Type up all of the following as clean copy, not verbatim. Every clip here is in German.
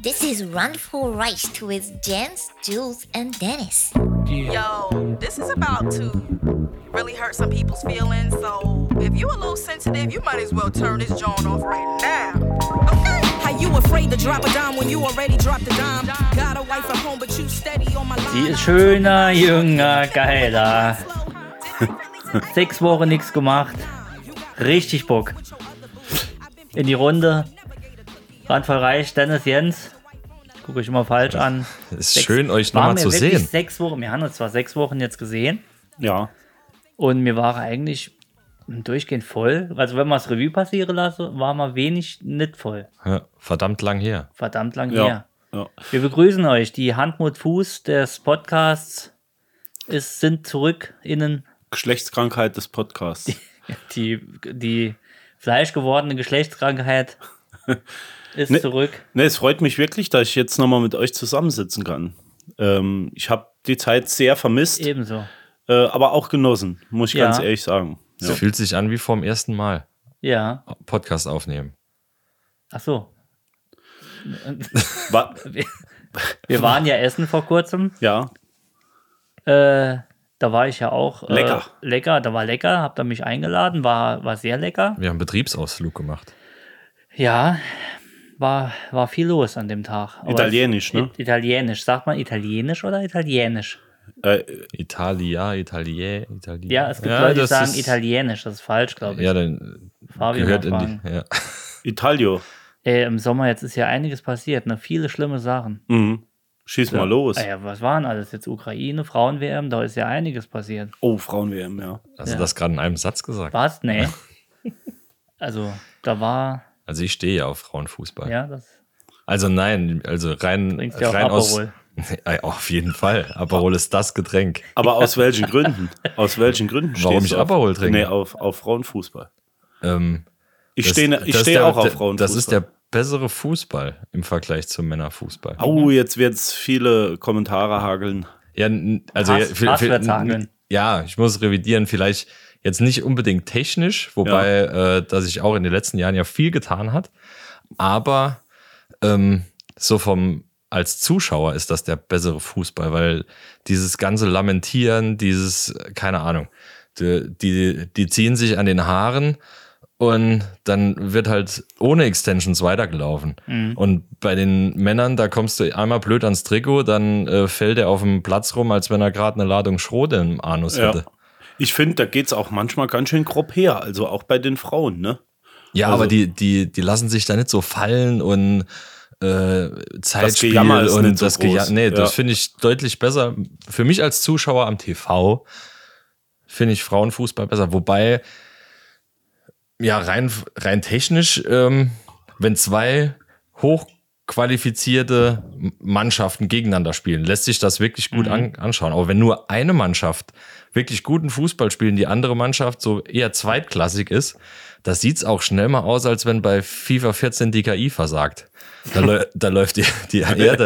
This is Run for Rice with Jens, Jules, and Dennis. Yo, this is about to really hurt some people's feelings. So if you a little sensitive, you might as well turn this joint off right now. Okay? How you afraid to drop a dime when you already dropped a dime? Got a wife at home, but you steady on my line. Sie ist schöner, jünger, geiler. 6 Wochen nichts gemacht. Richtig Bock. In die Runde. Randvoll Reich, Dennis, Jens. Gucke ich immer falsch an. Es ist schön, euch nochmal zu sehen. 6 Wochen, wir haben uns zwar 6 Wochen jetzt gesehen. Ja. Und mir war eigentlich durchgehend voll. Also wenn man das Revue passieren lasse, war mal wenig nicht voll. Ja, verdammt lang her. Verdammt lang her. Ja. Wir begrüßen euch. Die Hand, Mut, Fuß des Podcasts sind zurück innen. Geschlechtskrankheit des Podcasts. Die fleischgewordene Geschlechtskrankheit ist zurück. Ne, es freut mich wirklich, dass ich jetzt nochmal mit euch zusammensitzen kann. Ich habe die Zeit sehr vermisst. Ebenso. Aber auch genossen, muss ich ganz ehrlich sagen. Es fühlt sich an wie vom ersten Mal. Ja. Podcast aufnehmen. Ach so. Wir waren ja essen vor kurzem. Ja. Da war ich ja auch. Lecker. Da war lecker. Habt ihr mich eingeladen. War sehr lecker. Wir haben Betriebsausflug gemacht. Ja. War viel los an dem Tag. Aber Italienisch, ne? Italienisch. Sagt man Italienisch oder Italienisch? Italia. Ja, es gibt Leute, die sagen Italienisch. Das ist falsch, glaube ich. Ja, dann Fabian gehört in die... Ja. Italio. Im Sommer jetzt ist ja einiges passiert. Ne? Viele schlimme Sachen. Mhm. Schieß mal los. Ja, was waren alles jetzt? Ukraine, Frauen-WM, da ist ja einiges passiert. Oh, Frauen-WM, ja. Hast du das gerade in einem Satz gesagt? Was? Nee. Also, da war... Also ich stehe ja auf Frauenfußball. Ja, das... Also nein, also rein aus... Auf jeden Fall. Aperol ist das Getränk. Aber aus welchen Gründen? Warum ich Aperol trinke? Nee, auf Frauenfußball. Ich Das stehe auch auf Frauenfußball. Das ist der bessere Fußball im Vergleich zum Männerfußball. Oh, jetzt wird es viele Kommentare hageln. Ja, also hageln. Ja, ich muss revidieren, vielleicht jetzt nicht unbedingt technisch, wobei, dass sich auch in den letzten Jahren ja viel getan hat, aber so als Zuschauer ist das der bessere Fußball, weil dieses ganze Lamentieren, keine Ahnung, die ziehen sich an den Haaren und dann wird halt ohne Extensions weitergelaufen. Mhm. Und bei den Männern, da kommst du einmal blöd ans Trikot, dann fällt er auf dem Platz rum, als wenn er gerade eine Ladung Schrot im Anus hätte. Ich finde, da geht es auch manchmal ganz schön grob her, also auch bei den Frauen, ne? Ja, also, aber die lassen sich da nicht so fallen und Zeitspiel das und so das das finde ich deutlich besser. Für mich als Zuschauer am TV finde ich Frauenfußball besser. Wobei, ja, rein technisch, wenn 2 hochqualifizierte Mannschaften gegeneinander spielen, lässt sich das wirklich gut anschauen. Aber wenn nur eine Mannschaft wirklich guten Fußball spielt und die andere Mannschaft so eher zweitklassig ist, das sieht's auch schnell mal aus, als wenn bei FIFA 14 die KI versagt. Da läuft die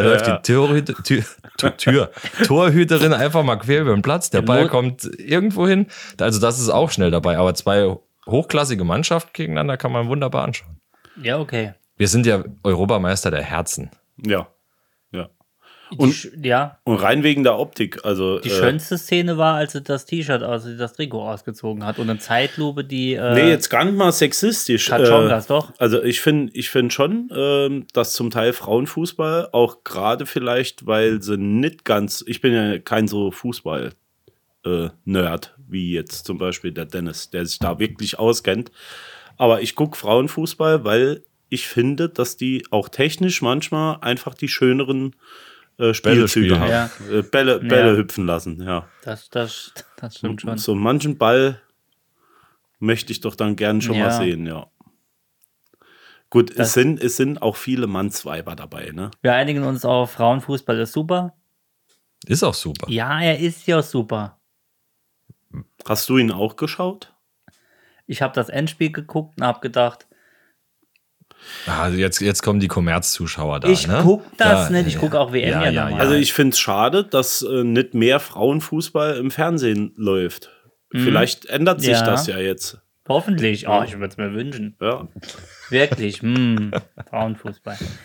Torhüterin einfach mal quer über den Platz, der Ball kommt irgendwo hin. Also das ist auch schnell dabei, aber 2 hochklassige Mannschaften gegeneinander kann man wunderbar anschauen. Ja, okay. Wir sind ja Europameister der Herzen. Ja. Und rein wegen der Optik. Also, die schönste Szene war, als sie das T-Shirt, also das Trikot ausgezogen hat und eine Zeitlupe, die... nee, jetzt gar nicht mal sexistisch. Kachongas, doch. Also ich find schon, dass zum Teil Frauenfußball, auch gerade vielleicht, weil sie nicht ganz... Ich bin ja kein so Fußball-Nerd, wie jetzt zum Beispiel der Dennis, der sich da wirklich auskennt. Aber ich gucke Frauenfußball, weil ich finde, dass die auch technisch manchmal einfach die schöneren Spielzüge haben. Ja. Bälle hüpfen lassen, ja. Das stimmt schon. So manchen Ball möchte ich doch dann gern schon mal sehen, ja. Gut, es sind auch viele Mannsweiber dabei, ne? Wir einigen uns auf Frauenfußball ist super. Ist auch super. Ja, er ist ja super. Hast du ihn auch geschaut? Ich habe das Endspiel geguckt und habe gedacht, also jetzt kommen die Kommerzzuschauer da. Ich gucke das nicht, ich gucke auch WM ja nochmal. Also ich finde es schade, dass nicht mehr Frauenfußball im Fernsehen läuft. Vielleicht ändert sich das ja jetzt. Hoffentlich. Oh, ich würde es mir wünschen. Ja. Wirklich. Frauenfußball.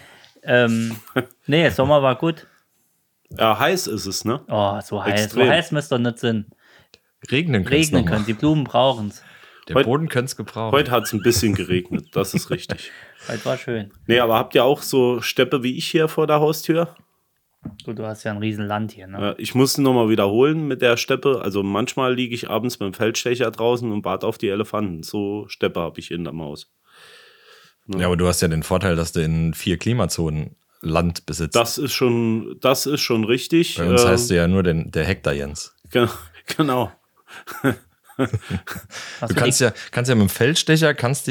Nee, Sommer war gut. Ja, heiß ist es, ne? Oh, so heiß. Extrem. So heiß müsste doch nicht sein. Regnen Können. Die Blumen brauchen es. Der Boden könnte es gebrauchen. Heute hat es ein bisschen geregnet, das ist richtig. Heute war schön. Nee, aber habt ihr auch so Steppe wie ich hier vor der Haustür? Gut, du hast ja ein riesen Land hier, ne? Ich musste nochmal wiederholen mit der Steppe. Also manchmal liege ich abends mit dem Feldstecher draußen und warte auf die Elefanten. So Steppe habe ich in der Maus. Ja, aber du hast ja den Vorteil, dass du in 4 Klimazonen Land besitzt. Das ist schon richtig. Bei uns heißt du ja nur der Hektar Jens. Genau. Du kannst ja mit dem Feldstecher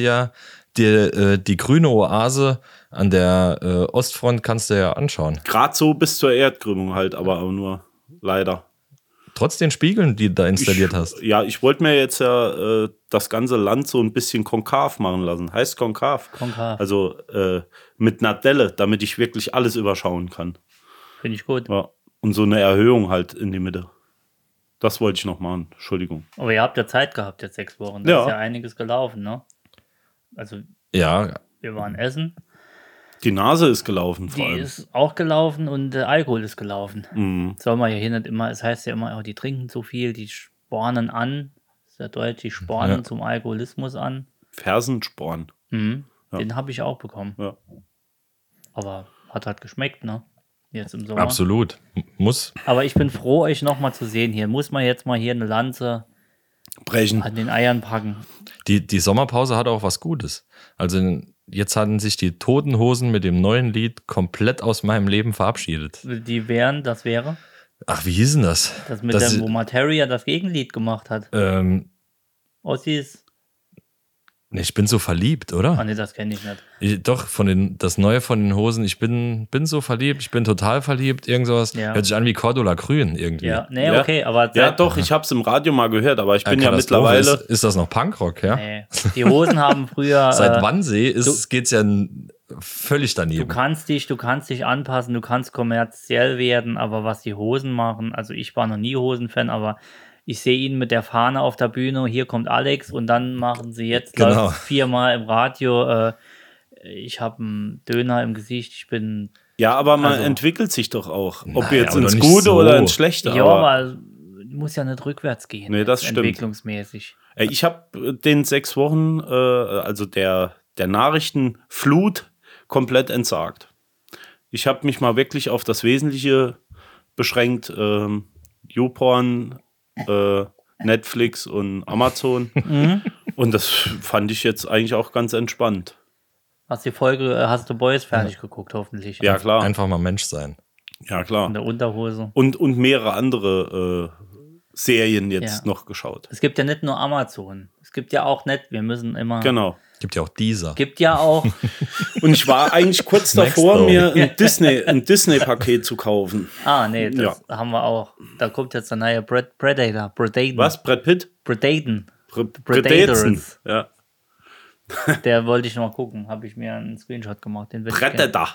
dir die grüne Oase an der Ostfront kannst du ja anschauen. Gerade so bis zur Erdkrümmung halt, aber auch nur leider. Trotz den Spiegeln, die du da installiert hast. Ja, ich wollte mir jetzt ja das ganze Land so ein bisschen konkav machen lassen. Heißt konkav. Konkav. Also mit einer Delle, damit ich wirklich alles überschauen kann. Finde ich gut. Ja. Und so eine Erhöhung halt in die Mitte. Das wollte ich noch machen. Entschuldigung. Aber ihr habt ja Zeit gehabt, jetzt 6 Wochen. Da ist ja einiges gelaufen, ne? Also, Ja, wir waren essen. Die Nase ist gelaufen vor Die allem. ist auch gelaufen und der Alkohol ist gelaufen. Mhm. Soll man ja hier nicht immer, es heißt ja immer, oh, die trinken zu viel, die spornen an. Das ist ja deutsch, die spornen zum Alkoholismus an. Fersensporn. Mhm. Ja. Den habe ich auch bekommen. Ja. Aber hat halt geschmeckt, ne? Jetzt im Sommer. absolut. Muss. Aber ich bin froh, euch nochmal zu sehen hier. Muss man jetzt mal hier eine Lanze Brechen. an den Eiern packen. Die Sommerpause hat auch was Gutes. Also jetzt hatten sich die Toten Hosen mit dem neuen Lied komplett aus meinem Leben verabschiedet. Das wäre, Ach, wie hieß denn das? das mit dem, wo Materia das Gegenlied gemacht hat. Ossis. Ich bin so verliebt, oder? Ah, nee, das kenne ich nicht. Doch, das Neue von den Hosen. Ich bin so verliebt, ich bin total verliebt, irgend sowas. Ja. Hört sich an wie Cordula Grün irgendwie. Ja, nee, Ja. okay, aber Ja, doch, ich habe es im Radio mal gehört, aber ich bin ja Katastrophe. mittlerweile. Ist das noch Punkrock, ja? nee. Die Hosen haben früher. Seit Wannsee geht's ja völlig Du daneben. kannst dich anpassen, du kannst kommerziell werden, aber was die Hosen machen, also ich war noch nie Hosenfan, aber ich sehe ihn mit der Fahne auf der Bühne, hier kommt Alex und dann machen sie jetzt Genau. läuft 4-mal im Radio, ich habe einen Döner im Gesicht, ich bin, Ja, aber man Also- entwickelt sich doch auch. Ob Nein, jetzt aber ins doch nicht Gute so. oder ins Schlechte. ja, aber aber muss ja nicht rückwärts gehen. Nee, das stimmt. Entwicklungsmäßig. Ich habe den 6 Wochen, also der Nachrichtenflut komplett entsagt. Ich habe mich mal wirklich auf das Wesentliche beschränkt. YouPorn, Netflix und Amazon. Und das fand ich jetzt eigentlich auch ganz entspannt. Hast du Boys fertig geguckt, hoffentlich. Ja, klar. Einfach mal Mensch sein. Ja, klar. In der Unterhose. Und mehrere andere Serien jetzt Ja. noch geschaut. Es gibt ja nicht nur Amazon. Es gibt ja auch nicht, wir müssen immer. Genau. Gibt ja auch dieser. Gibt ja auch. Und ich war eigentlich kurz Next davor, Story. mir ein Disney-Paket zu kaufen. Nee, das haben wir auch. Da kommt jetzt der neue Predator. Was? Brad Pitt? Predaten. Predators. Ja. Der wollte ich noch mal gucken. Habe ich mir einen Screenshot gemacht. Den will ich gerne- Predator.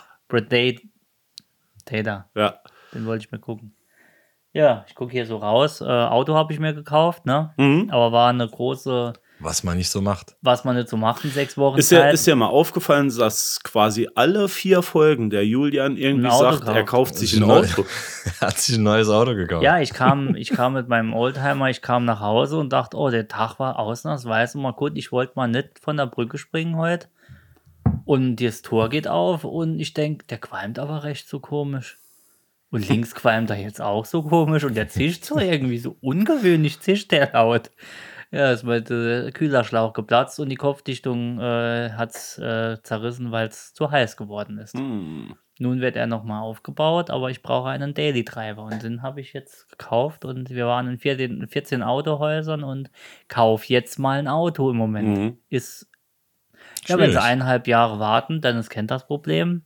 Predator. Ja. Den wollte ich mir gucken. Ja, ich gucke hier so raus. Auto habe ich mir gekauft, ne? Mhm. Aber war eine große, Was man nicht so macht. was man nicht so macht in 6 Wochen Ist dir mal aufgefallen, dass quasi alle 4 Folgen der Julian irgendwie Ein Auto sagt, er kauft sich ein Neu- Auto. Er hat sich ein neues Auto gekauft. Ja, ich kam mit meinem Oldtimer, ich kam nach Hause und dachte, oh, der Tag war ausnahmsweise mal gut. Ich wollte mal nicht von der Brücke springen heute. Und das Tor geht auf und ich denke, der qualmt aber recht so komisch. Und links qualmt er jetzt auch so komisch und der zischt so irgendwie so ungewöhnlich, zischt der laut. Ja, ist mal der Kühlerschlauch geplatzt und die Kopfdichtung hat zerrissen, weil es zu heiß geworden ist. Nun wird er nochmal aufgebaut, aber ich brauche einen Daily Driver und den habe ich jetzt gekauft und wir waren in 14 Autohäusern und kauf jetzt mal ein Auto im Moment. Ist, ja, wenn sie Schwierig. 1,5 Jahre warten, dann ist kennt das Problem.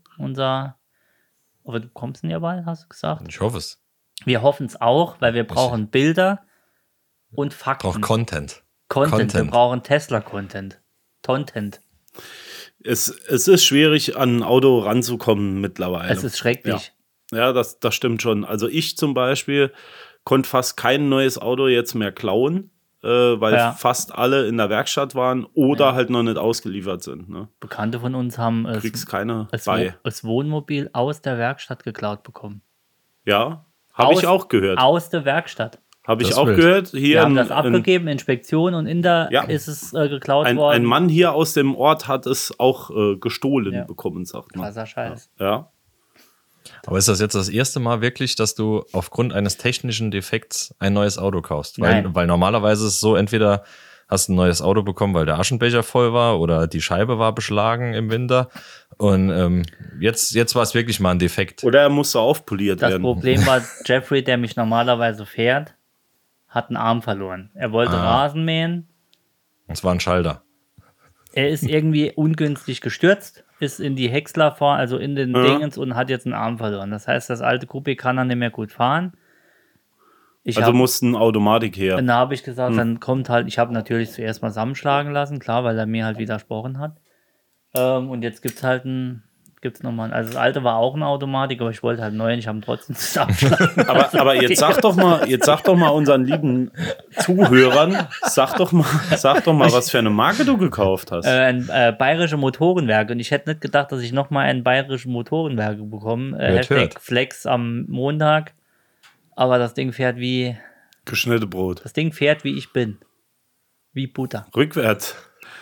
Aber du kommst denn ja bald, hast du gesagt? Ich hoffe es. Wir hoffen es auch, weil wir brauchen Bilder und Fakten. Braucht Content. Wir brauchen Tesla-Content. Content. Es ist schwierig, an ein Auto ranzukommen mittlerweile. Es ist schrecklich. Ja, das stimmt schon. Also ich zum Beispiel konnte fast kein neues Auto jetzt mehr klauen. weil fast alle in der Werkstatt waren oder halt noch nicht ausgeliefert sind. Ne? Bekannte von uns haben das Wohnmobil aus der Werkstatt geklaut bekommen. Ja, habe ich auch gehört. Aus der Werkstatt. Habe ich auch gehört. Hier wir haben das abgegeben, Inspektion, und ist es geklaut worden. Ein Mann hier aus dem Ort hat es auch gestohlen bekommen, sagt man. Krasser Scheiß. Ja. Aber ist das jetzt das erste Mal wirklich, dass du aufgrund eines technischen Defekts ein neues Auto kaufst? Weil normalerweise ist es so, entweder hast du ein neues Auto bekommen, weil der Aschenbecher voll war oder die Scheibe war beschlagen im Winter. Und jetzt war es wirklich mal ein Defekt. Oder er musste aufpoliert werden. Das Problem war, Jeffrey, der mich normalerweise fährt, hat einen Arm verloren. Er wollte Rasen mähen. Es war ein Schalter. Er ist irgendwie ungünstig gestürzt, ist in die Häcksler also in den Dingens, und hat jetzt einen Arm verloren. Das heißt, das alte Coupé kann er nicht mehr gut fahren. Musste eine Automatik her. Und da habe ich gesagt, dann kommt halt, ich habe natürlich zuerst mal zusammenschlagen lassen, klar, weil er mir halt widersprochen hat. Und jetzt gibt's nochmal, also das alte war auch eine Automatik, aber ich wollte halt neu, ich habe ihn trotzdem zusammenschlagen. aber jetzt sag doch mal unseren lieben Zuhörern, sag doch mal, was für eine Marke du gekauft hast. Ein Bayerische Motorenwerke, und ich hätte nicht gedacht, dass ich nochmal ein Bayerische Motorenwerke bekomme. Hashtag Flex am Montag, aber das Ding fährt wie geschnittene Brot. Das Ding fährt wie ich bin. Wie Butter. Rückwärts.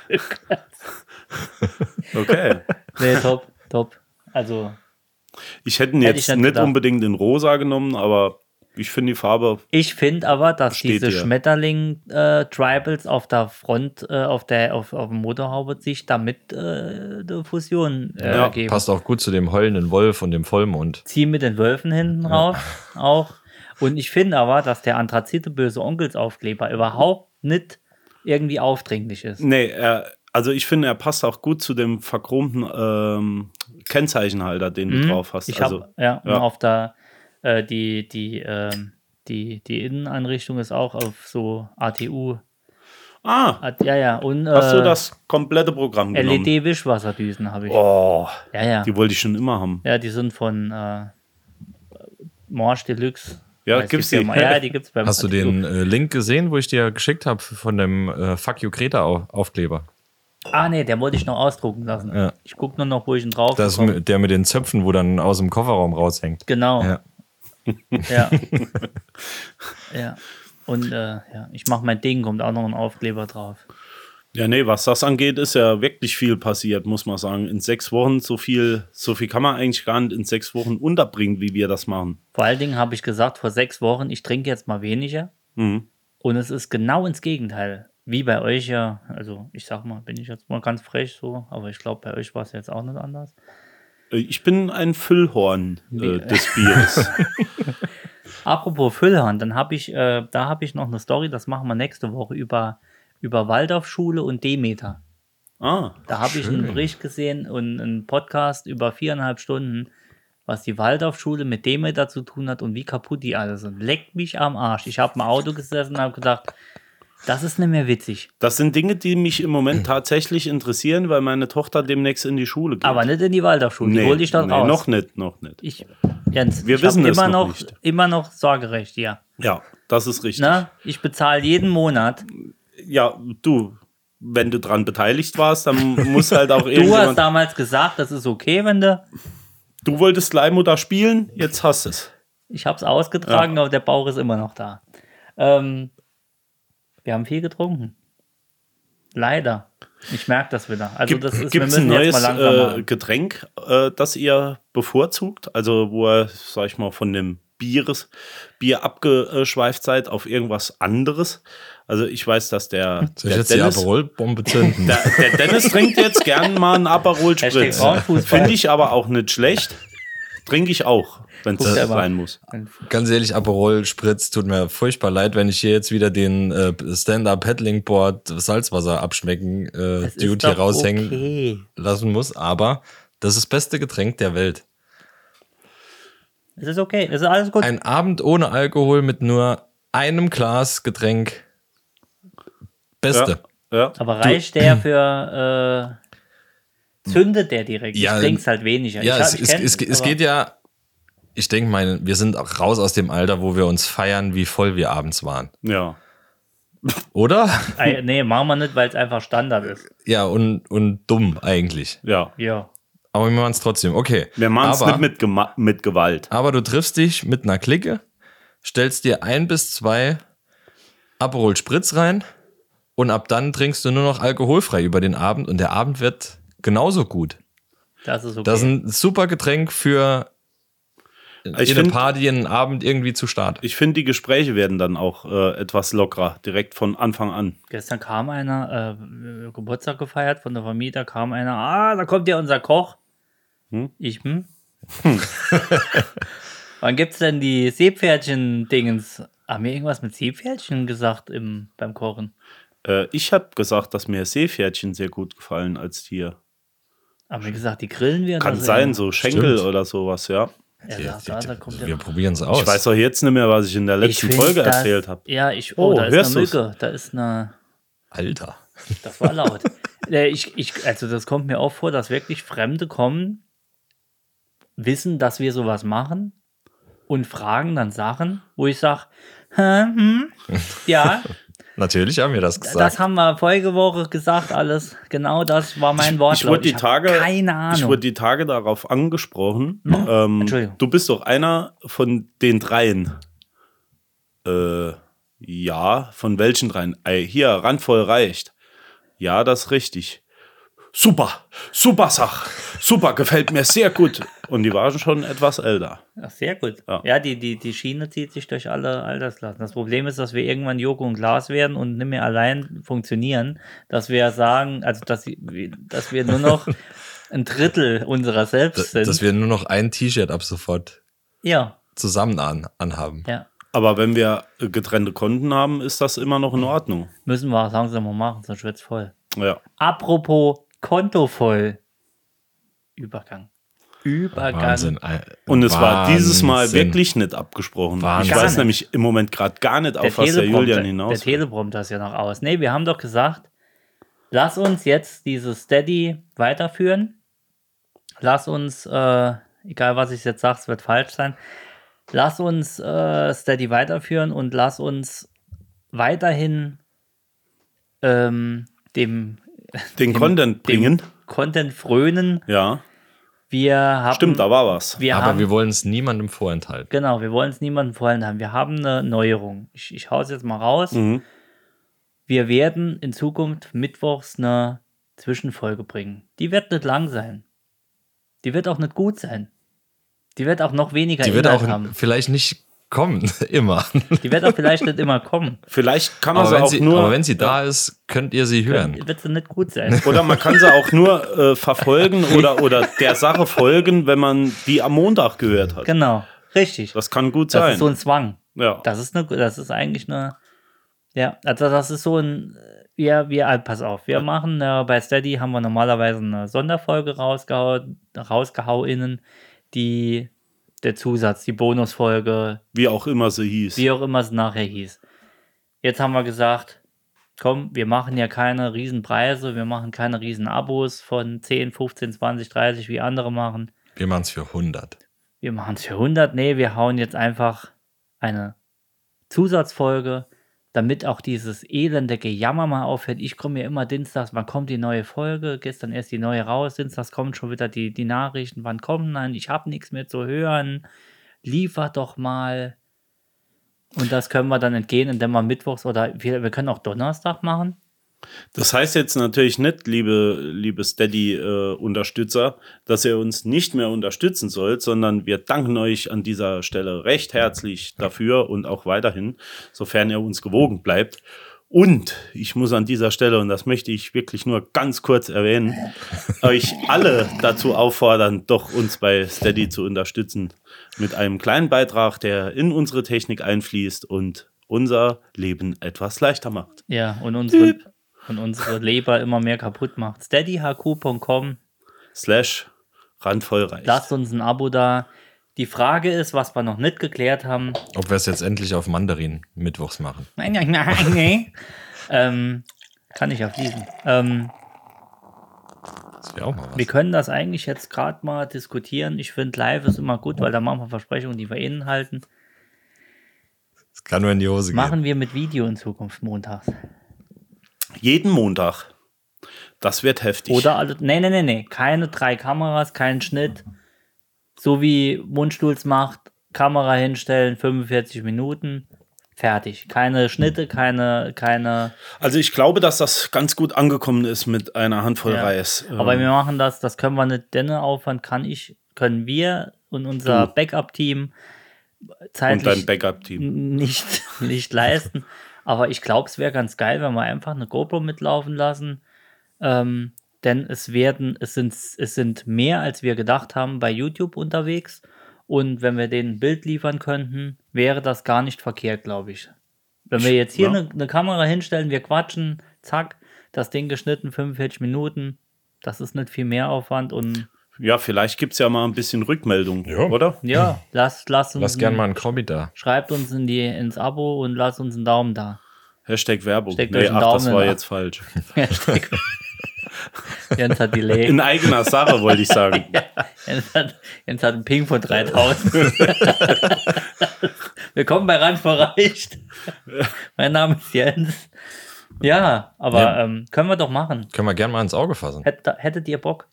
Okay. Nee, top. Also. Ich hätte ihn jetzt nicht unbedingt in rosa genommen, aber ich finde die Farbe. Ich finde aber, dass diese Schmetterling-Tribals auf der Front, auf dem Motorhaube sich damit die Fusion geben. Passt auch gut zu dem heulenden Wolf und dem Vollmond. Zieh mit den Wölfen hinten rauf auch. Und ich finde aber, dass der Anthrazite böse Onkelsaufkleber überhaupt nicht irgendwie aufdringlich ist. Nee, also ich finde, er passt auch gut zu dem verchromten Kennzeichenhalter, den du drauf hast. Und auf der die Inneneinrichtung ist auch auf so ATU. Und, hast du das komplette Programm genommen? LED-Wischwasserdüsen habe ich. Oh, die wollte ich schon immer haben. Ja, die sind von Morsch Deluxe. Ja, gibt's die? Ja, die gibt's beim Hast du den Link gesehen, wo ich dir geschickt habe von dem Fuck You Greta Aufkleber? Nee, der wollte ich noch ausdrucken lassen. Ja. Ich gucke nur noch, wo ich ihn drauf habe. Das ist der mit den Zöpfen, wo dann aus dem Kofferraum raushängt. Genau. Ja. Und ich mache mein Ding, kommt auch noch ein Aufkleber drauf. Ja, nee, was das angeht, ist ja wirklich viel passiert, muss man sagen. In 6 Wochen so viel kann man eigentlich gar nicht in 6 Wochen unterbringen, wie wir das machen. Vor allen Dingen habe ich gesagt, vor 6 Wochen, ich trinke jetzt mal weniger. Und es ist genau ins Gegenteil. Wie bei euch ja, also ich sag mal, bin ich jetzt mal ganz frech so, aber ich glaube, bei euch war es jetzt auch nicht anders. Ich bin ein Füllhorn des Bieres. Apropos Füllhorn, dann habe ich noch eine Story, das machen wir nächste Woche über Waldorfschule und Demeter. Da habe ich einen Bericht gesehen und einen Podcast über 4,5 Stunden, was die Waldorfschule mit Demeter zu tun hat und wie kaputt die alle sind. Leckt mich am Arsch. Ich habe im Auto gesessen und habe gedacht, das ist nicht mehr witzig. Das sind Dinge, die mich im Moment tatsächlich interessieren, weil meine Tochter demnächst in die Schule geht. Aber nicht in die Waldorfschule, die hol ich doch raus. Noch nicht. Jens, wir wissen es noch nicht. Immer noch Sorgerecht, ja. Ja, das ist richtig. Ich bezahle jeden Monat. Ja, wenn du dran beteiligt warst, dann muss halt auch irgendjemand... Du hast damals gesagt, das ist okay, wenn du... Du wolltest Leihmutter spielen, jetzt hast du es. Ich habe es ausgetragen, aber der Bauch ist immer noch da. Wir haben viel getrunken. Leider. Ich merke das wieder. Also gibt es ein neues Getränk, das ihr bevorzugt? Also wo ihr, sag ich mal, von dem Bier abgeschweift seid auf irgendwas anderes? Also ich weiß, dass der Dennis, die Aperol-Bombe zünden? Der Dennis trinkt jetzt gern mal einen Aperol-Spritz. Finde ich aber auch nicht schlecht. Trinke ich auch, wenn es sein muss. Ganz ehrlich, Aperol-Spritz tut mir furchtbar leid, wenn ich hier jetzt wieder den Stand-Up-Paddling-Board Salzwasser abschmecken Dude hier raushängen lassen muss. Aber das ist das beste Getränk der Welt. Es ist okay, es ist alles gut. Ein Abend ohne Alkohol mit nur einem Glas Getränk. Beste. Ja. Aber reicht der für... zündet der direkt? Ja, ich trink's halt weniger. Ja, es geht ja, ich denke mal, wir sind auch raus aus dem Alter, wo wir uns feiern, wie voll wir abends waren. Ja. Oder? Nee, machen wir nicht, weil es einfach Standard ist. Ja, und dumm eigentlich. Ja. Ja. Aber wir machen es trotzdem. Okay. Wir machen es nicht mit Gewalt. Aber du triffst dich mit einer Clique, stellst dir 1 bis 2 Aperol Spritz rein und ab dann trinkst du nur noch alkoholfrei über den Abend und der Abend wird genauso gut. Das ist okay. Das ist ein super Getränk für eine Party, einen Abend irgendwie zu starten. Ich finde, die Gespräche werden dann auch etwas lockerer, direkt von Anfang an. Gestern kam einer, Geburtstag gefeiert von der Familie, da kam einer, da kommt ja unser Koch. Wann gibt's denn die Seepferdchen-Dingens? Haben wir irgendwas mit Seepferdchen gesagt beim Kochen? Ich habe gesagt, dass mir Seepferdchen sehr gut gefallen als Tier. Haben wir gesagt, die grillen wir? Kann sein, so Schenkel oder sowas, ja. Er sagt, da kommt Wir probieren es aus. Ich weiß auch jetzt nicht mehr, was ich in der letzten Folge erzählt habe. Ja, da ist eine Mücke. Da ist eine... Alter. Das war laut. Also das kommt mir auch vor, dass wirklich Fremde kommen, wissen, dass wir sowas machen und fragen dann Sachen, wo ich sage, ja. Natürlich haben wir das gesagt. Das haben wir vorige Woche gesagt, alles. Genau das war mein Wortlaut. Keine Ahnung. Ich wurde die Tage darauf angesprochen. Entschuldigung. Du bist doch einer von den dreien. Ja, von welchen dreien? Hier, randvoll reicht. Ja, das ist richtig. Super Sach. Super, gefällt mir sehr gut. Und die waren schon etwas älter. Ach, sehr gut. Ja. Ja, die Schiene zieht sich durch alle Altersklassen. Das Problem ist, dass wir irgendwann Joko und Glas werden und nicht mehr allein funktionieren, dass wir sagen, also dass wir nur noch ein Drittel unserer selbst sind. Dass wir nur noch ein T-Shirt ab sofort zusammen anhaben. Ja. Aber wenn wir getrennte Konten haben, ist das immer noch in Ordnung. Müssen wir langsam mal machen, sonst wird's voll. Ja. Apropos Konto voll. Übergang. Wahnsinn. Und es war dieses Mal wirklich nicht abgesprochen. Wahnsinn. Ich weiß nämlich im Moment gerade gar nicht, auf was der Julian hinaus Der Teleprompter ist ja noch aus. Nee, wir haben doch gesagt, lass uns jetzt dieses Steady weiterführen. Lass uns, egal was ich jetzt sage, es wird falsch sein. Lass uns Steady weiterführen und lass uns weiterhin den Content bringen. Content frönen. Ja. Wir haben, Stimmt, da war was. Aber wir wollen es niemandem vorenthalten. Genau, wir wollen es niemandem vorenthalten. Wir haben eine Neuerung. Ich hau es jetzt mal raus. Wir werden in Zukunft mittwochs eine Zwischenfolge bringen. Die wird nicht lang sein. Die wird auch nicht gut sein. Die wird auch noch weniger Inhalt haben. Die wird auch vielleicht nicht kommen, immer. Die wird auch vielleicht nicht immer kommen. Vielleicht kann man sie auch nur... Aber wenn sie da ist, könnt ihr sie hören. Wird sie nicht gut sein. Oder man kann sie auch nur verfolgen oder der Sache folgen, wenn man die am Montag gehört hat. Genau, richtig. Das kann gut sein. Das ist so ein Zwang. Ja. Das ist eigentlich eine... Ja, also das ist so ein... pass auf, wir machen, bei Steady haben wir normalerweise eine Sonderfolge rausgehauen, der Zusatz, die Bonusfolge. Wie auch immer sie hieß. Wie auch immer es nachher hieß. Jetzt haben wir gesagt, komm, wir machen ja keine Riesenpreise, wir machen keine Riesen-Abos von 10, 15, 20, 30, wie andere machen. Wir machen es für 100. Wir machen es für 100, nee, wir hauen jetzt einfach eine Zusatzfolge, damit auch dieses elende Gejammer mal aufhört. Ich komme ja immer dienstags, wann kommt die neue Folge? Gestern erst die neue raus, dienstags kommen schon wieder die Nachrichten, wann kommen dann? Ich habe nichts mehr zu hören. Liefert doch mal. Und das können wir dann entgehen, indem wir mittwochs oder wir können auch Donnerstag machen. Das heißt jetzt natürlich nicht, liebe Steady-Unterstützer, dass ihr uns nicht mehr unterstützen sollt, sondern wir danken euch an dieser Stelle recht herzlich dafür und auch weiterhin, sofern ihr uns gewogen bleibt. Und ich muss an dieser Stelle, und das möchte ich wirklich nur ganz kurz erwähnen, euch alle dazu auffordern, doch uns bei Steady zu unterstützen mit einem kleinen Beitrag, der in unsere Technik einfließt und unser Leben etwas leichter macht. Ja, und unsere Leber immer mehr kaputt macht. steadyhq.com/randvollreich. Lasst uns ein Abo da. Die Frage ist, was wir noch nicht geklärt haben. Ob wir es jetzt endlich auf Mandarin mittwochs machen. Nein. Kann ich auflesen. Das wäre auch mal was. Wir können das eigentlich jetzt gerade mal diskutieren. Ich finde, live ist immer gut, weil da machen wir Versprechungen, die wir innen halten. Es kann nur in die Hose gehen. Machen wir mit Video in Zukunft montags. Jeden Montag. Das wird heftig. Oder alle. Nee. Keine 3 Kameras, kein Schnitt. So wie Mundstuhls macht, Kamera hinstellen, 45 Minuten. Fertig. Keine Schnitte, keine. Also ich glaube, dass das ganz gut angekommen ist mit einer Handvoll Ja. Reis. Aber wir machen das können wir nicht, den Aufwand können wir und unser Backup-Team und zeitlich dein Backup-Team. nicht leisten. Aber ich glaube, es wäre ganz geil, wenn wir einfach eine GoPro mitlaufen lassen. Denn es sind mehr, als wir gedacht haben, bei YouTube unterwegs. Und wenn wir denen ein Bild liefern könnten, wäre das gar nicht verkehrt, glaube ich. Wenn wir jetzt hier eine Kamera hinstellen, wir quatschen, zack, das Ding geschnitten, 45 Minuten, das ist nicht viel mehr Aufwand. Und Ja, vielleicht gibt es ja mal ein bisschen Rückmeldung, Ja. oder? ja, lasst uns Lass gern mal einen Kommi da. schreibt uns ins Abo und lasst uns einen Daumen da. Hashtag Werbung. Steckt euch einen das Daumen war in- jetzt falsch. Jens hat Delay. In eigener Sache, wollte ich sagen. Jens hat einen Ping von 3000. Willkommen bei Randverreicht. Mein Name ist Jens. Ja, aber Ja. Können wir doch machen. Können wir gern mal ins Auge fassen. Hättet ihr Bock?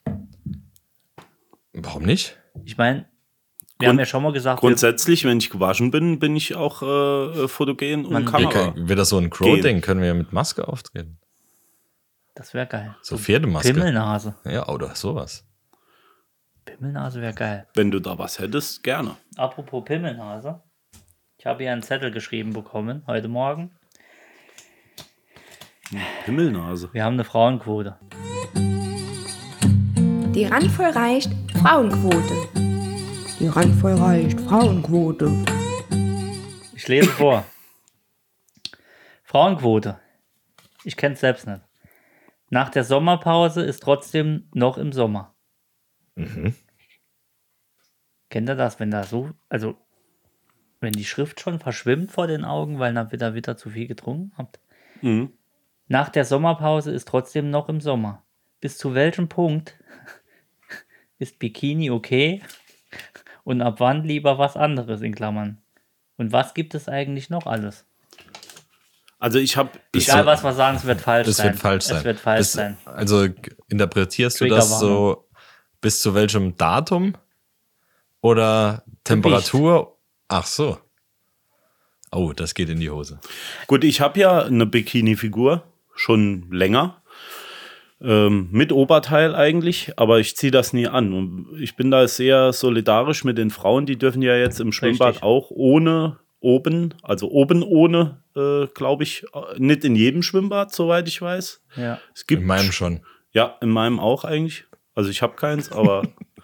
Warum nicht? Ich meine, wir haben ja schon mal gesagt, Grundsätzlich, wenn ich gewaschen bin, bin ich auch fotogen und Kamera. Wird das so ein Crow-Ding? Können wir ja mit Maske auftreten? das wäre geil. So Pferdemaske. Pimmelnase. Ja, oder sowas. Pimmelnase wäre geil. Wenn du da was hättest, gerne. Apropos Pimmelnase. Ich habe hier einen Zettel geschrieben bekommen, heute Morgen. Himmelnase. Wir haben eine Frauenquote. Die randvoll reicht Frauenquote. Die randvoll reicht Frauenquote. Ich lese vor. Frauenquote. Ich kenne es selbst nicht. Nach der Sommerpause ist trotzdem noch im Sommer. Kennt ihr das, wenn da so, also wenn die Schrift schon verschwimmt vor den Augen, weil ihr wieder zu viel getrunken habt? Mhm. Nach der Sommerpause ist trotzdem noch im Sommer. Bis zu welchem Punkt ist Bikini okay und ab wann lieber was anderes in Klammern? Und was gibt es eigentlich noch alles? Also ich habe... Egal, was wir sagen, es wird falsch Das sein. wird falsch sein. Es wird falsch Das- sein. Also interpretierst du das Triggerwarnung. so bis zu welchem Datum oder Temperatur? Ach so. Oh, das geht in die Hose. Gut, ich habe ja eine Bikini-Figur, schon länger. Mit Oberteil eigentlich, aber ich ziehe das nie an. Und ich bin da sehr solidarisch mit den Frauen, die dürfen ja jetzt im Schwimmbad Richtig. auch ohne oben, also oben ohne, glaube ich, nicht in jedem Schwimmbad, soweit ich weiß. Ja. Es gibt In meinem schon. Ja, in meinem auch eigentlich. Also ich habe keins, aber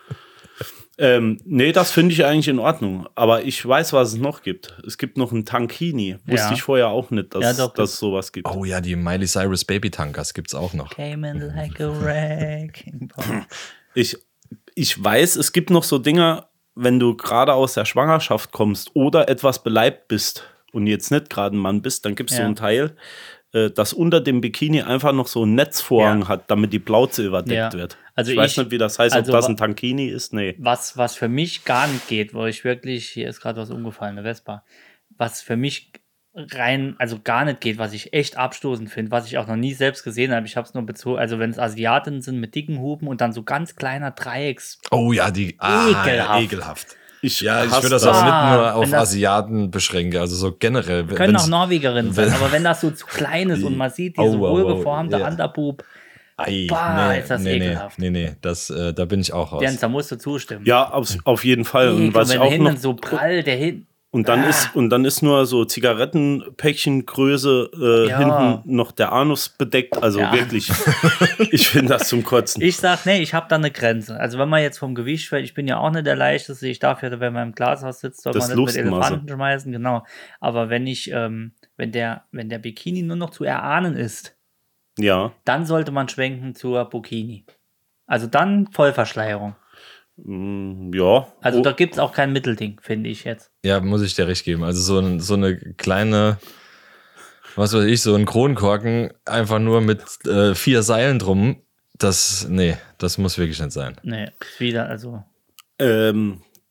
nee, das finde ich eigentlich in Ordnung. Aber ich weiß, was es noch gibt. Es gibt noch einen Tankini. Wusste Ja. ich vorher auch nicht, Ja, dass doch, es sowas gibt. Oh ja, die Miley Cyrus Baby Tankers gibt's auch noch. Came in like a wrecking ball. Ich weiß, es gibt noch so Dinger, wenn du gerade aus der Schwangerschaft kommst oder etwas beleibt bist und jetzt nicht gerade ein Mann bist, dann gibt es so Ja. ein Teil, das unter dem Bikini einfach noch so einen Netzvorhang Ja. hat, damit die Plauze überdeckt Ja. wird. Also ich weiß nicht, wie das heißt, also ob das wa- ein Tankini ist. Nee. Was für mich gar nicht geht, wo ich wirklich, hier ist gerade was umgefallen, eine Vespa, was für mich rein, also gar nicht geht, was ich echt abstoßend finde, was ich auch noch nie selbst gesehen habe. Ich habe es nur bezogen, also wenn es Asiatinnen sind mit dicken Huben und dann so ganz kleiner Dreiecks. Oh ja, die Ekelhaft. ekelhaft. Ich Ja, ich hasse würde das das. aber nicht nur wenn auf das- Asiaten beschränken, also so generell. Können wenn's- auch Norwegerinnen sein, wenn- aber wenn das so zu klein ist und man sieht diese Oh, wow, wow, wohlgeformte ja. Underboob, Ei, Bah, ist das nee, ekelhaft. Nee, das, da bin ich auch raus. Jens, da musst du zustimmen. Ja, auf jeden Fall. Und Ekel, was ich wenn auch hinten noch so prall, der hin. und dann ist nur so Zigarettenpäckchengröße Ja. hinten noch der Anus bedeckt. Also Ja. wirklich, ich finde das zum Kotzen. Ich sag, nee, ich habe da eine Grenze. Also wenn man jetzt vom Gewicht fällt, ich bin ja auch nicht der Leichteste, ich darf ja, wenn man im Glashaus sitzt, soll Das man nicht mit Lustmasse. Elefanten schmeißen, genau. Aber wenn ich, wenn der Bikini nur noch zu erahnen ist, Ja, dann sollte man schwenken zur Bikini. Also dann Vollverschleierung. ja. Also Oh, da gibt es auch kein Mittelding, finde ich jetzt. Ja, muss ich dir recht geben. Also so eine kleine, was weiß ich, so ein Kronkorken, einfach nur mit 4 Seilen drum, das muss wirklich nicht sein. Nee, ist wieder, also.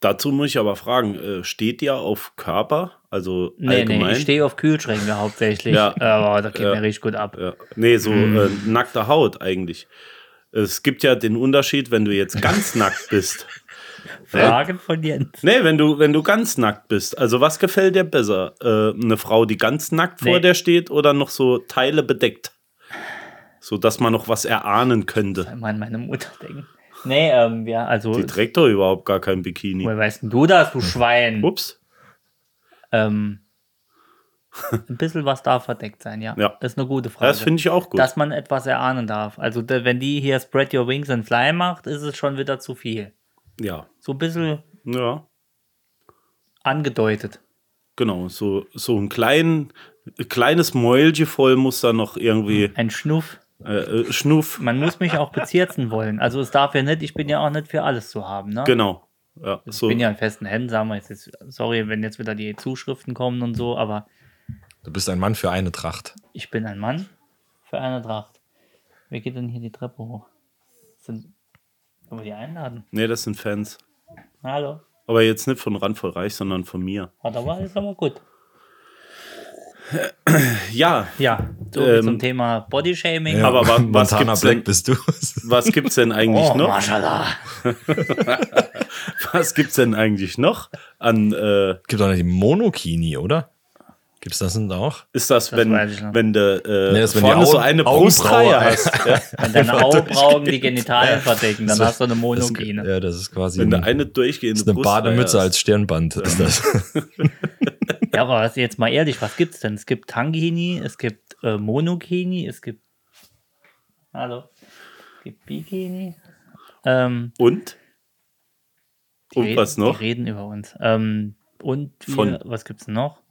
Dazu muss ich aber fragen, steht ihr auf Körper? Also Nee, allgemein? ich stehe auf Kühlschränke hauptsächlich. Ja. Aber das geht mir richtig gut ab. Ja. Nee, so nackte Haut eigentlich. Es gibt ja den Unterschied, wenn du jetzt ganz nackt bist. Fragen von Jens. Nee, wenn du ganz nackt bist. Also was gefällt dir besser? Eine Frau, die ganz nackt vor dir steht oder noch so Teile bedeckt? So, dass man noch was erahnen könnte. Mal an meine Mutter denken. Nee, ja, also. Die trägt doch überhaupt gar kein Bikini. Woher weißt denn du das, du Schwein? Ups. Ein bisschen was darf verdeckt sein, ja. Ja. Das ist eine gute Frage. Das finde ich auch gut. Dass man etwas erahnen darf. Also, wenn die hier Spread Your Wings and Fly macht, ist es schon wieder zu viel. Ja. So ein bisschen Ja. angedeutet. Genau. So ein kleines Mäulchen voll muss da noch irgendwie Ein Schnuff. Schnuff. Man muss mich auch bezirzen wollen. Also, es darf ja nicht, ich bin ja auch nicht für alles zu haben, ne? Genau. Ja, Ich so. bin ja in festen Händen, sagen wir jetzt. Sorry, wenn jetzt wieder die Zuschriften kommen und so, aber Du bist ein Mann für eine Tracht. ich bin ein Mann für eine Tracht. Wer geht denn hier die Treppe hoch? Können wir die einladen? Nee, das sind Fans. Hallo? Aber jetzt nicht von Randvoll Reich, sondern von mir. Aber ist aber gut. Ja, Ja, so zum Thema Bodyshaming. aber was Montana gibt's Black denn, bist du. was gibt's denn eigentlich Oh, noch? Maschallah. Was gibt's denn eigentlich noch an Gibt auch noch die Monokini, oder? Gibt's das denn auch? ist das, Das wenn weiß ich noch. wenn du das, wenn vorne die so eine Augenbraue Brustreihe heißt. hast, ja? Wenn deine Augenbrauen die Genitalien verdecken, dann hast du eine Monokine. Ja, das ist quasi Wenn du eine durchgehende ist eine Brustreihe Bademütze hast. als Stirnband. Ist das. Ja, aber jetzt mal ehrlich, was gibt's denn? Es gibt Tangini, es gibt Monokini, es gibt Bikini. Und was noch? Die reden über uns. Und was gibt's denn noch?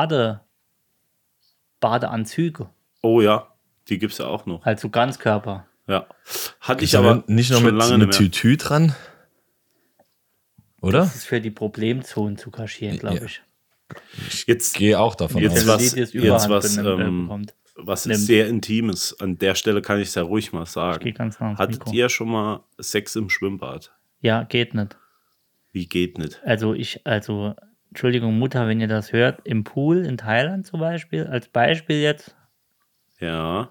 Badeanzüge, Oh ja, die gibt's ja auch noch. also Ganzkörper. Ja. Hatte Ist ich aber nicht noch schon mit, lange mit nicht mehr. Tütü dran? Oder? Das ist für die Problemzonen zu kaschieren, glaube ich. Jetzt Gehe auch davon Jetzt aus. was- Die es jetzt Überhand was, bekommt. was Nimmt. sehr Intimes. An der Stelle kann ich es ja ruhig mal Ich sagen. gehe ganz nah ans Hattet Mikro. ihr schon mal Sex im Schwimmbad? Ja, geht nicht. Wie geht nicht? Also Entschuldigung, Mutter, wenn ihr das hört, im Pool in Thailand zum Beispiel, als Beispiel jetzt, Ja.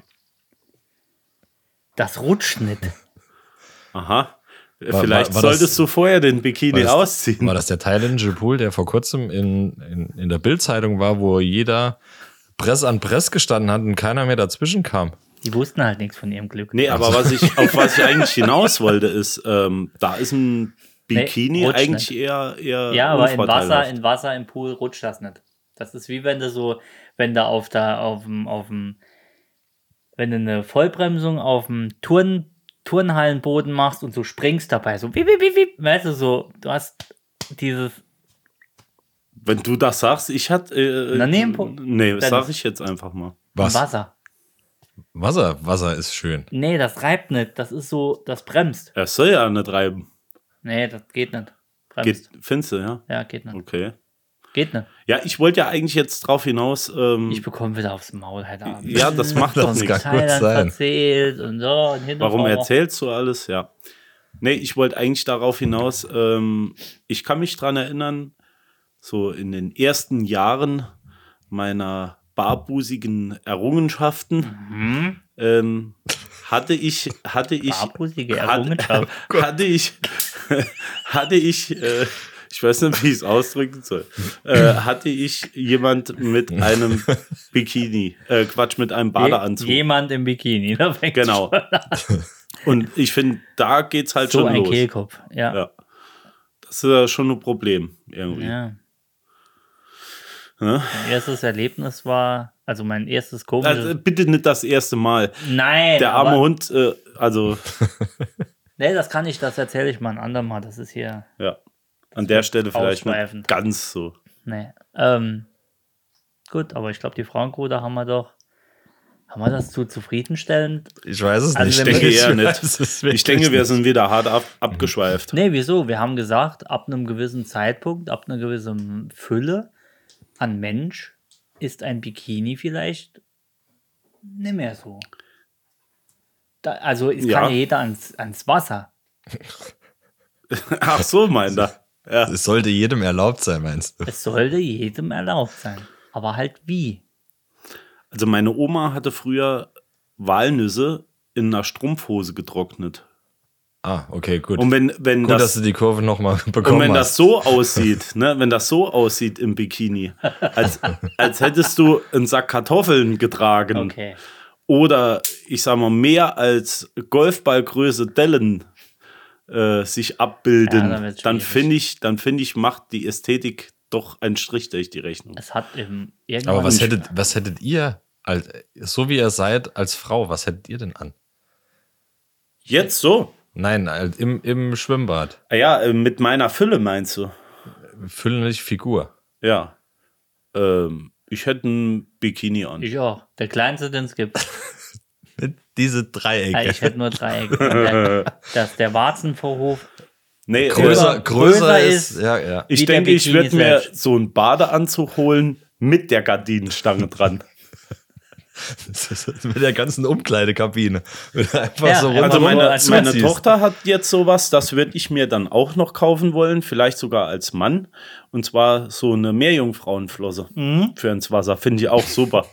das rutscht nicht. Aha. War Vielleicht das- solltest du vorher den Bikini ausziehen. War das der thailändische Pool, der vor kurzem in der Bild-Zeitung war, wo jeder Press an Press gestanden hat und keiner mehr dazwischen kam? Die wussten halt nichts von ihrem Glück. Nee, aber auf was ich eigentlich hinaus wollte, ist, da ist ein Bikini Nee, rutscht eigentlich nicht. eher Ja, aber unvorteilhaft. im Wasser, im Pool rutscht das nicht. Das ist wie wenn du wenn du eine Vollbremsung auf dem Turnhallenboden machst und so springst dabei, so wie, weißt du, so, du hast dieses, Wenn du das sagst, ich hatte. Na, nee, nee, das dann- sag ich jetzt einfach mal. Was? Wasser. Wasser ist schön. Nee, das reibt nicht, das ist so, das bremst. Er soll ja nicht reiben. Nee, das geht nicht. Bremst. Findest du, ja? Ja, geht nicht. Okay. Geht nicht. Ja, ich wollte ja eigentlich jetzt drauf hinaus. Ich bekomme wieder aufs Maul heute Abend. ja, das macht doch Das nichts. kann gut sein. Erzählt und so. Und hin und Warum vor. erzählst du alles? Ja. Nee, ich wollte eigentlich darauf hinaus, ich kann mich dran erinnern, so in den ersten Jahren meiner barbusigen Errungenschaften hatte ich Barbusige Errungenschaft. hatte ich ich weiß nicht, wie ich es ausdrücken soll, hatte ich jemand mit einem Bikini, mit einem Badeanzug. Jemand im Bikini. Da fängt Genau. schon an. Und ich finde, da geht's halt So schon ein los. Kehlkopf. Ja. Ja. Das ist ja schon ein Problem irgendwie. Ja. Ja? Mein erstes Erlebnis war, also mein erstes komisches. Also, bitte nicht das erste Mal. Nein. Der arme aber, Hund, also Nee, das kann ich, das erzähle ich mal ein andermal. Das ist hier. ja, an der Stelle vielleicht ausschweifend. nicht ganz so. Nee. Gut, aber ich glaube, die Frauenquote haben wir das zu zufriedenstellend? Ich weiß es Also nicht. wenn Ich denke wir- eher weiß es nicht. wirklich Ich denke, wir nicht. sind wieder hart abgeschweift. Nee, wieso? Wir haben gesagt, ab einem gewissen Zeitpunkt, ab einer gewissen Fülle an Mensch ist ein Bikini vielleicht nicht mehr so. Also es Ja. kann ja jeder ans Wasser. Ach so, meint er. Ja. Es sollte jedem erlaubt sein, meinst du? Es sollte jedem erlaubt sein. Aber halt wie? Also meine Oma hatte früher Walnüsse in einer Strumpfhose getrocknet. Ah, okay, gut. Und wenn Gut, dass du die Kurve nochmal bekommen und wenn hast. das so aussieht, ne, wenn das so aussieht im Bikini, als hättest du einen Sack Kartoffeln getragen Okay. oder ich sag mal mehr als Golfballgröße Dellen sich Ja, abbilden, dann wird's dann schwierig. finde ich, macht die Ästhetik doch einen Strich durch die Rechnung. Es hat irgendwann. Aber was hättet ihr, so wie ihr seid, als Frau, was hättet ihr denn an? Jetzt so? Nein, im Schwimmbad. Ah ja, mit meiner Fülle meinst du? Füllende Figur. Ja. Ich hätte ein Bikini an. Ich auch. Der kleinste, den es gibt. Mit diese Dreiecke. Ich hätte nur Dreiecke. Der Warzenvorhof. Nee, größer ist- Ja. ich wie der denke, ich Bikini würde mir selbst. so einen Badeanzug holen mit der Gardinenstange dran. Mit der ganzen Umkleidekabine. Einfach Ja, so einfach Also runter- nur meine zuziehst. Tochter hat jetzt sowas, das würde ich mir dann auch noch kaufen wollen, vielleicht sogar als Mann. Und zwar so eine Meerjungfrauenflosse für ins Wasser. Finde ich auch super.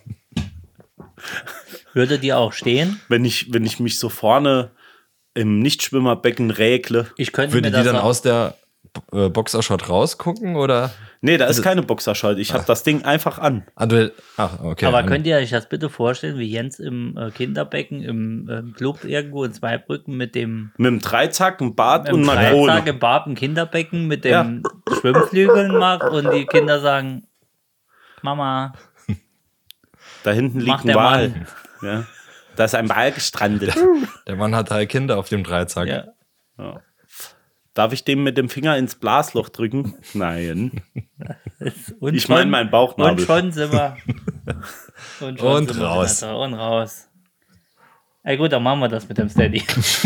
Würde dir auch stehen? Wenn ich mich so vorne im Nichtschwimmerbecken räkle. Ich könnte Würde mir die das dann auch, aus der Boxershot rausgucken oder? Nee, da ist keine Boxershort. Ich habe das Ding einfach an. Okay. aber könnt ihr euch das bitte vorstellen, wie Jens im Kinderbecken im Club irgendwo in Zweibrücken mit dem Mit einem Dreizack, einem Bart und im einer Dreizack Krone. im Bad im Kinderbecken mit dem Schwimmflügeln macht und die Kinder sagen, Mama, Da hinten liegt Macht ein der Wal. Mann. Ja. Da ist ein Wal gestrandet. Der Mann hat 3 Kinder auf dem Dreizack. ja, Darf ich dem mit dem Finger ins Blasloch drücken? Nein. und Ich meine meinen Bauchnabel. Und schon sind wir. Und, schon Und sind wir raus. da, und raus. Ey gut, dann machen wir das mit dem Steady.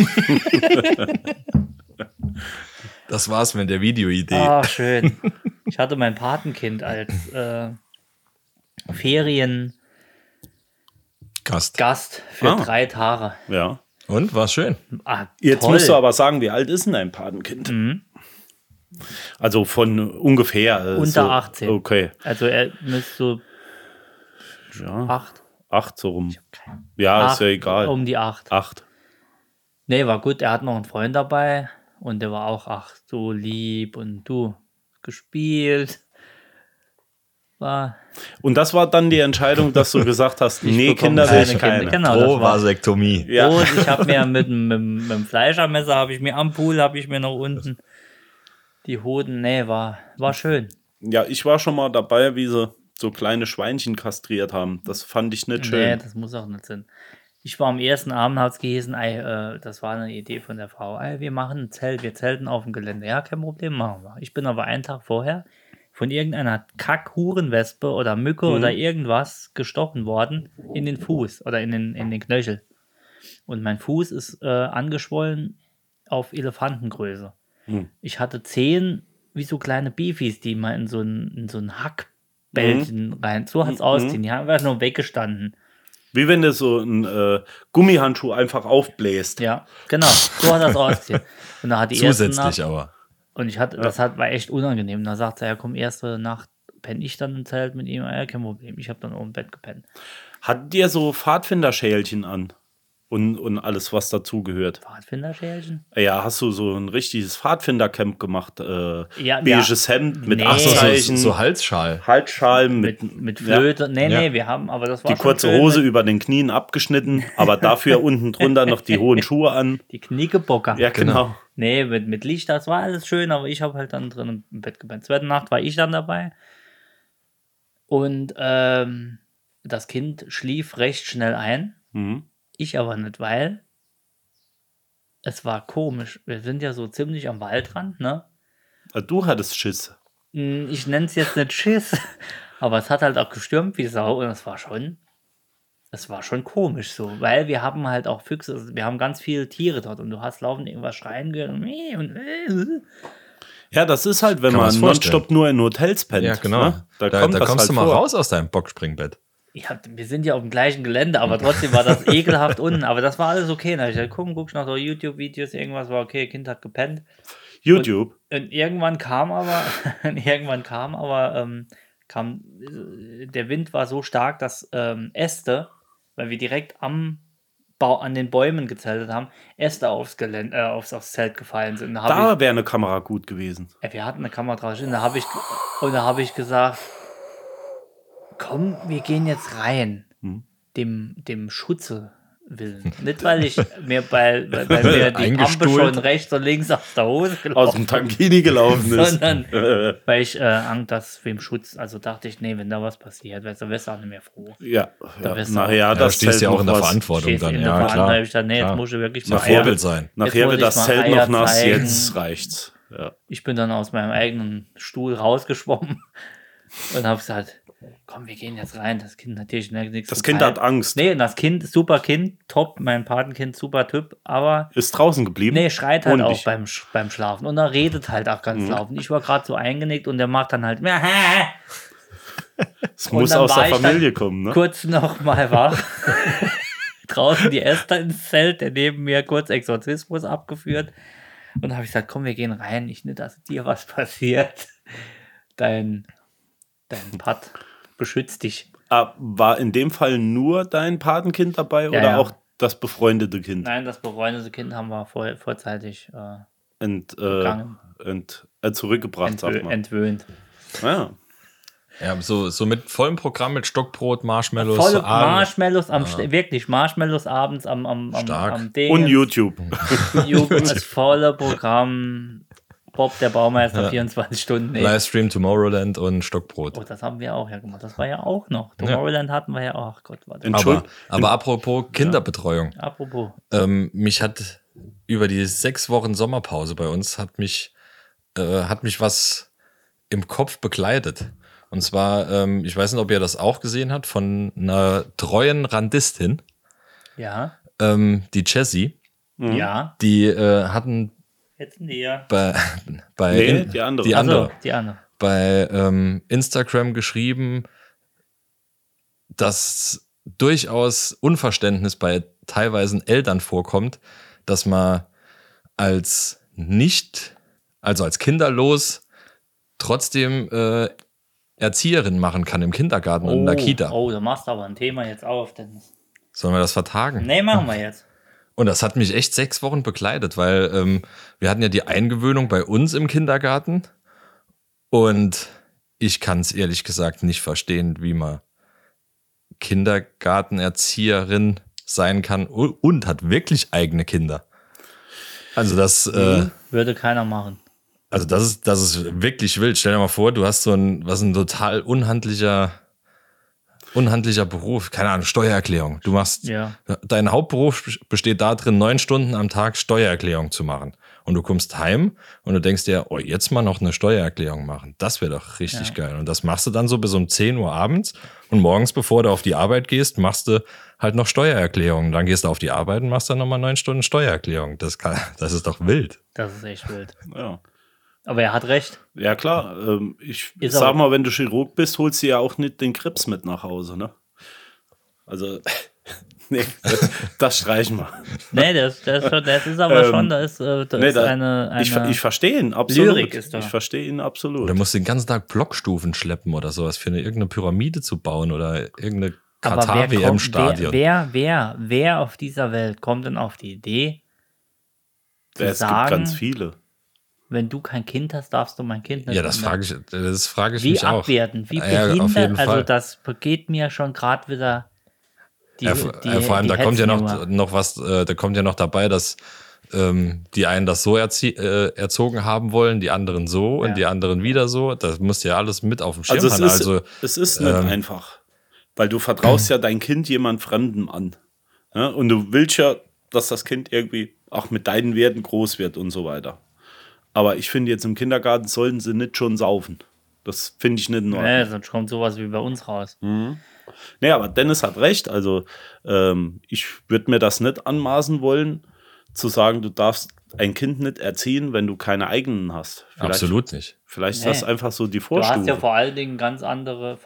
Das war's mit der Videoidee. Ah, schön. Ich hatte mein Patenkind als Feriengast Gast. für Ah. 3 Tage. Ja. Und war's schön. Ah, Jetzt toll. musst du aber sagen, wie alt ist denn dein Patenkind? Also von ungefähr. Unter so, 18. Okay. Also er müsste so Ja. 8. 8 so rum. Ja, ist ja egal. Um die 8. 8. Nee, war gut. Er hat noch einen Freund dabei und der war auch 8. So lieb und du gespielt. War Und das war dann die Entscheidung, dass du gesagt hast, nee, bekomme Kinder will keine ich Kinder. keine. Genau, das war. Vasektomie. Ja. Und ich habe mir mit dem Fleischermesser, habe ich mir am Pool, habe ich mir noch unten die Hoden, nee, war schön. Ja, ich war schon mal dabei, wie sie so kleine Schweinchen kastriert haben. Das fand ich nicht Nee, schön. das muss auch nicht sein. Ich war am ersten Abend, hat es geheißen, das war eine Idee von der Frau, wir machen ein Zelt, wir zelten auf dem Gelände. Ja, kein Problem, machen wir. Ich bin aber einen Tag vorher von irgendeiner Kack-Hurenwespe oder Mücke oder irgendwas gestochen worden in den Fuß oder in den Knöchel. Und mein Fuß ist angeschwollen auf Elefantengröße. Ich hatte Zehen wie so kleine Beefies, die mal in so ein Hackbällchen rein. So hat es ausgesehen. Die haben einfach nur weggestanden. Wie wenn du so einen Gummihandschuh einfach aufbläst. Ja, genau. So hat das ausgesehen. Und da hat die erste Zusätzlich Nacht, aber. und war echt unangenehm. Da sagt er, ja komm, erste Nacht penne ich dann im Zelt mit ihm. Ja, kein Problem. Ich habe dann oben im Bett gepennt. Hattet ihr so Pfadfinderschälchen an? Und alles, was dazugehört? Pfadfinderschälchen? Ja, hast du so ein richtiges Pfadfindercamp gemacht? Ja, Beiges Hemd mit Nee. Abzeichen, So Halsschal. Halsschal mit Mit Flöte. Nee, Ja. wir haben, aber das war die schon kurze schön Hose mit über den Knien abgeschnitten, aber dafür unten drunter noch die hohen Schuhe an. die Kniekebocker. Ja, genau. Nee, mit Licht, das war alles schön, aber ich habe halt dann drin im Bett gepennt. Zweite Nacht war ich dann dabei. Und das Kind schlief recht schnell ein. Mhm. Ich aber nicht, weil es war komisch. Wir sind ja so ziemlich am Waldrand, ne? Du hattest Schiss. Ich nenne es jetzt nicht Schiss, aber es hat halt auch gestürmt wie Sau und es war schon komisch so, weil wir haben halt auch Füchse, also wir haben ganz viele Tiere dort und du hast laufend irgendwas schreien gehört und Ja, das ist halt, wenn Kann man man's vorstellen. nonstop nur in Hotels pennt. Ja, genau. Ne? Da Da kommt das kommst halt du mal vor. raus aus deinem Bockspringbett. wir sind ja auf dem gleichen Gelände, aber trotzdem war das ekelhaft unten, aber das war alles okay. Da hab ich gesagt, guck ich noch so YouTube-Videos, irgendwas war okay, Kind hat gepennt. YouTube. Und irgendwann kam aber, der Wind war so stark, dass Äste, weil wir direkt an den Bäumen gezeltet haben, Äste aufs Zelt gefallen sind. Da wäre eine Kamera gut gewesen. Wir hatten eine Kamera draußen. Da habe ich gesagt, komm, wir gehen jetzt rein. Dem Schutze willen. Nicht, weil ich mir bei mir die Pampe schon rechts und links aus der Hose aus dem Tankini gelaufen ist. Sondern weil ich Angst, dass wem Schutz, also dachte ich, nee, wenn da was passiert, wirst du auch nicht mehr froh. Ja, nachher das stehst ja auch in der Verantwortung dann. Ja, klar. Ich dachte, nee, jetzt muss ich wirklich mal Vorbild sein. Nachher wird das Zelt noch nass, jetzt reicht's. Ja. Ich bin dann aus meinem eigenen Stuhl rausgeschwommen und habe gesagt, komm, wir gehen jetzt rein. Das Kind natürlich nichts. Das Kind hat Angst. Nee, das Kind, super Kind, top, mein Patenkind, super Typ, aber... Ist draußen geblieben? Nee, schreit halt auch beim Schlafen und er redet halt auch ganz laut. Ich war gerade so eingenickt und der macht dann halt... Es muss aus der Familie kommen, ne? Kurz noch mal wach. Draußen die Esther ins Zelt, der neben mir kurz Exorzismus abgeführt. Und habe ich gesagt, komm, wir gehen rein. Ich nicht, dass dir was passiert. Dein Pat beschützt dich. War in dem Fall nur dein Patenkind dabei oder auch das befreundete Kind? Nein, das befreundete Kind haben wir vorzeitig zurückgebracht, sagt man. Entwöhnt. Ja. Ja, so mit vollem Programm mit Stockbrot, Marshmallows. Volle Marshmallows, wirklich Marshmallows abends am Ding. Und YouTube. Das volle Programm. Bob, der Baumeister, 24 Stunden. Livestream Tomorrowland und Stockbrot. Oh, das haben wir auch gemacht. Das war ja auch noch. Tomorrowland hatten wir ja auch. Gott, warte. Aber apropos Kinderbetreuung. Ja. Apropos. Mich hat über die 6 Wochen Sommerpause bei uns hat mich was im Kopf begleitet. Und zwar, ich weiß nicht, ob ihr das auch gesehen habt, von einer treuen Randistin. Ja. Die Jessie. Ja. Die hatten jetzt näher. Die andere. Bei Instagram geschrieben, dass durchaus Unverständnis bei teilweise Eltern vorkommt, dass man als kinderlos trotzdem Erzieherin machen kann im Kindergarten und in der Kita. Oh, da machst du aber ein Thema jetzt auf. Sollen wir das vertagen? Nee, machen wir jetzt. Und das hat mich echt 6 Wochen begleitet, weil wir hatten ja die Eingewöhnung bei uns im Kindergarten und ich kann es ehrlich gesagt nicht verstehen, wie man Kindergartenerzieherin sein kann und hat wirklich eigene Kinder. Also das würde keiner machen. Also das ist wirklich wild. Stell dir mal vor, du hast so ein total unhandlicher Beruf, keine Ahnung, Steuererklärung. Du machst, dein Hauptberuf besteht darin, 9 Stunden am Tag Steuererklärung zu machen. Und du kommst heim und du denkst dir, oh, jetzt mal noch eine Steuererklärung machen. Das wäre doch richtig geil. Und das machst du dann so bis um 10 Uhr abends. Und morgens, bevor du auf die Arbeit gehst, machst du halt noch Steuererklärung. Dann gehst du auf die Arbeit und machst dann nochmal 9 Stunden Steuererklärung. Das ist doch wild. Das ist echt wild. Ja. Aber er hat recht. Ja, klar. Ich sag mal, wenn du Chirurg bist, holst du ja auch nicht den Krebs mit nach Hause, ne? Also, nee, das streichen wir. Nee, das ist aber schon, ist eine ich verstehe ihn, absolut. Lyrik ist da. Ich verstehe ihn absolut. Du musst den ganzen Tag Blockstufen schleppen oder sowas für irgendeine Pyramide zu bauen oder irgendeine Katar-WM-Stadion. Wer auf dieser Welt kommt denn auf die Idee, es gibt ganz viele. Wenn du kein Kind hast, darfst du mein Kind nicht. Ja, das frage ich mich auch. Wie abwertend, wie behindert. Auf jeden Fall. Also das geht mir schon gerade wieder vor allem, da kommt ja noch was, da kommt ja noch dabei, dass die einen das so erzogen haben wollen, die anderen so und die anderen wieder so. Das musst du ja alles mit auf dem Schirm haben. Es ist nicht einfach, weil du vertraust ja dein Kind jemand Fremdem an. Ja? Und du willst ja, dass das Kind irgendwie auch mit deinen Werten groß wird und so weiter. Aber ich finde, jetzt im Kindergarten sollten sie nicht schon saufen. Das finde ich nicht in Ordnung. Nee, sonst kommt sowas wie bei uns raus. Nee, aber Dennis hat recht. Also ich würde mir das nicht anmaßen wollen, zu sagen, du darfst ein Kind nicht erziehen, wenn du keine eigenen hast. Absolut nicht. Vielleicht ist das einfach so die Vorstufe. Du hast ja vor allen Dingen ganz andere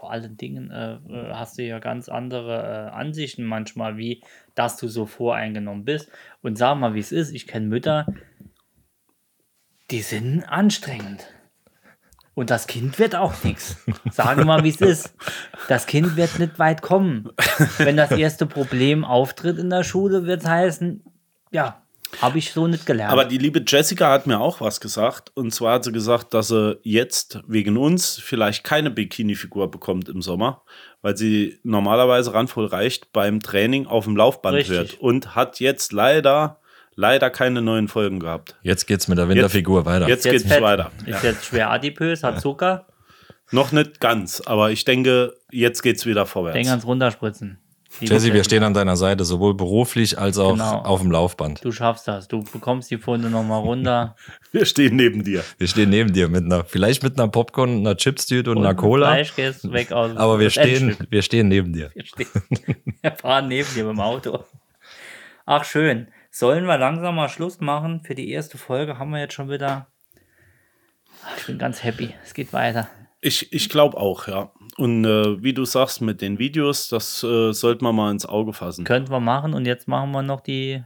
Ansichten manchmal, wie dass du so voreingenommen bist. Und sag mal, wie es ist. Ich kenne Mütter, Die sind anstrengend. Und das Kind wird auch nichts. Sage mal, wie es ist. Das Kind wird nicht weit kommen. Wenn das erste Problem auftritt in der Schule, wird es heißen, ja, habe ich so nicht gelernt. Aber die liebe Jessica hat mir auch was gesagt. Und zwar hat sie gesagt, dass sie jetzt wegen uns vielleicht keine Bikini-Figur bekommt im Sommer, weil sie normalerweise randvoll reicht beim Training auf dem Laufband Richtig. wird. Und hat jetzt leider keine neuen Folgen gehabt. Jetzt geht's mit der Winterfigur weiter. Jetzt geht's fett. weiter. Ist jetzt schwer adipös, hat Zucker. Noch nicht ganz, aber ich denke, jetzt geht's wieder vorwärts. Denk ans Runterspritzen. Jesse, wir stehen an deiner Seite, sowohl beruflich als auch Genau. auf dem Laufband. Du schaffst das. Du bekommst die Funde nochmal runter. Wir stehen neben dir. Wir stehen neben dir vielleicht mit einer Popcorn, einer Chipstüte und einer Cola. Fleisch gehst weg aus. Aber wir das Endstück. stehen neben dir. Wir fahren neben dir mit dem Auto. Ach, schön. Sollen wir langsam mal Schluss machen? Für die erste Folge haben wir jetzt schon wieder. Ich bin ganz happy. Es geht weiter. Ich glaube auch, ja. Und wie du sagst, mit den Videos, das sollte man mal ins Auge fassen. Könnten wir machen und jetzt machen wir noch die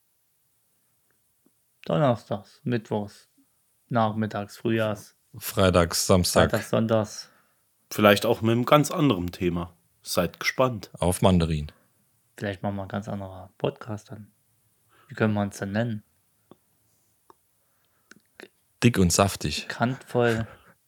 Donnerstags, Mittwochs, Nachmittags, Frühjahrs, Freitags, Samstag Freitags, Sonntags. Vielleicht auch mit einem ganz anderen Thema. Seid gespannt. auf Mandarin. Vielleicht machen wir einen ganz anderen Podcast dann. Wie können wir uns denn nennen? Dick und saftig. Kantvoll,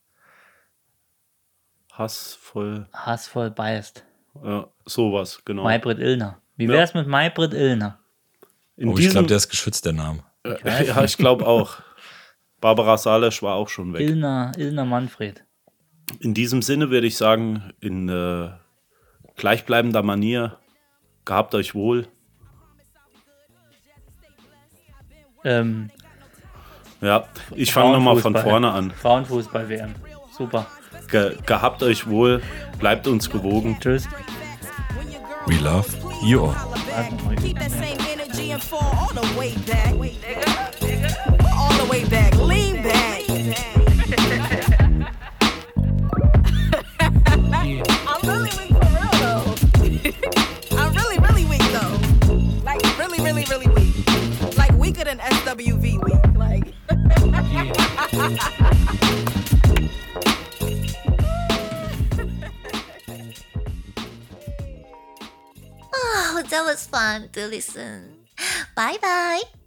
Hassvoll, beißt. sowas, genau. Maybrit Illner. Wie wär's mit Maybrit Illner? In Oh, ich diesem, glaube, der ist geschützt, der Name. ja, ich glaube auch. Barbara Salesch war auch schon weg. Illner Manfred. In diesem Sinne würde ich sagen, in gleichbleibender Manier, gehabt euch wohl. Ja, ich fange nochmal von vorne an. Frauenfußball-WM. Super. Gehabt euch wohl, bleibt uns gewogen. Tschüss. We love you all. Keep that same energy and fall all the way back. All the way back. Lean back. I'm really weak for real though. I'm really, really weak though. Like really, really, really weak. Like weaker than SWV weak. Like. Oh, that was fun to listen. Bye bye.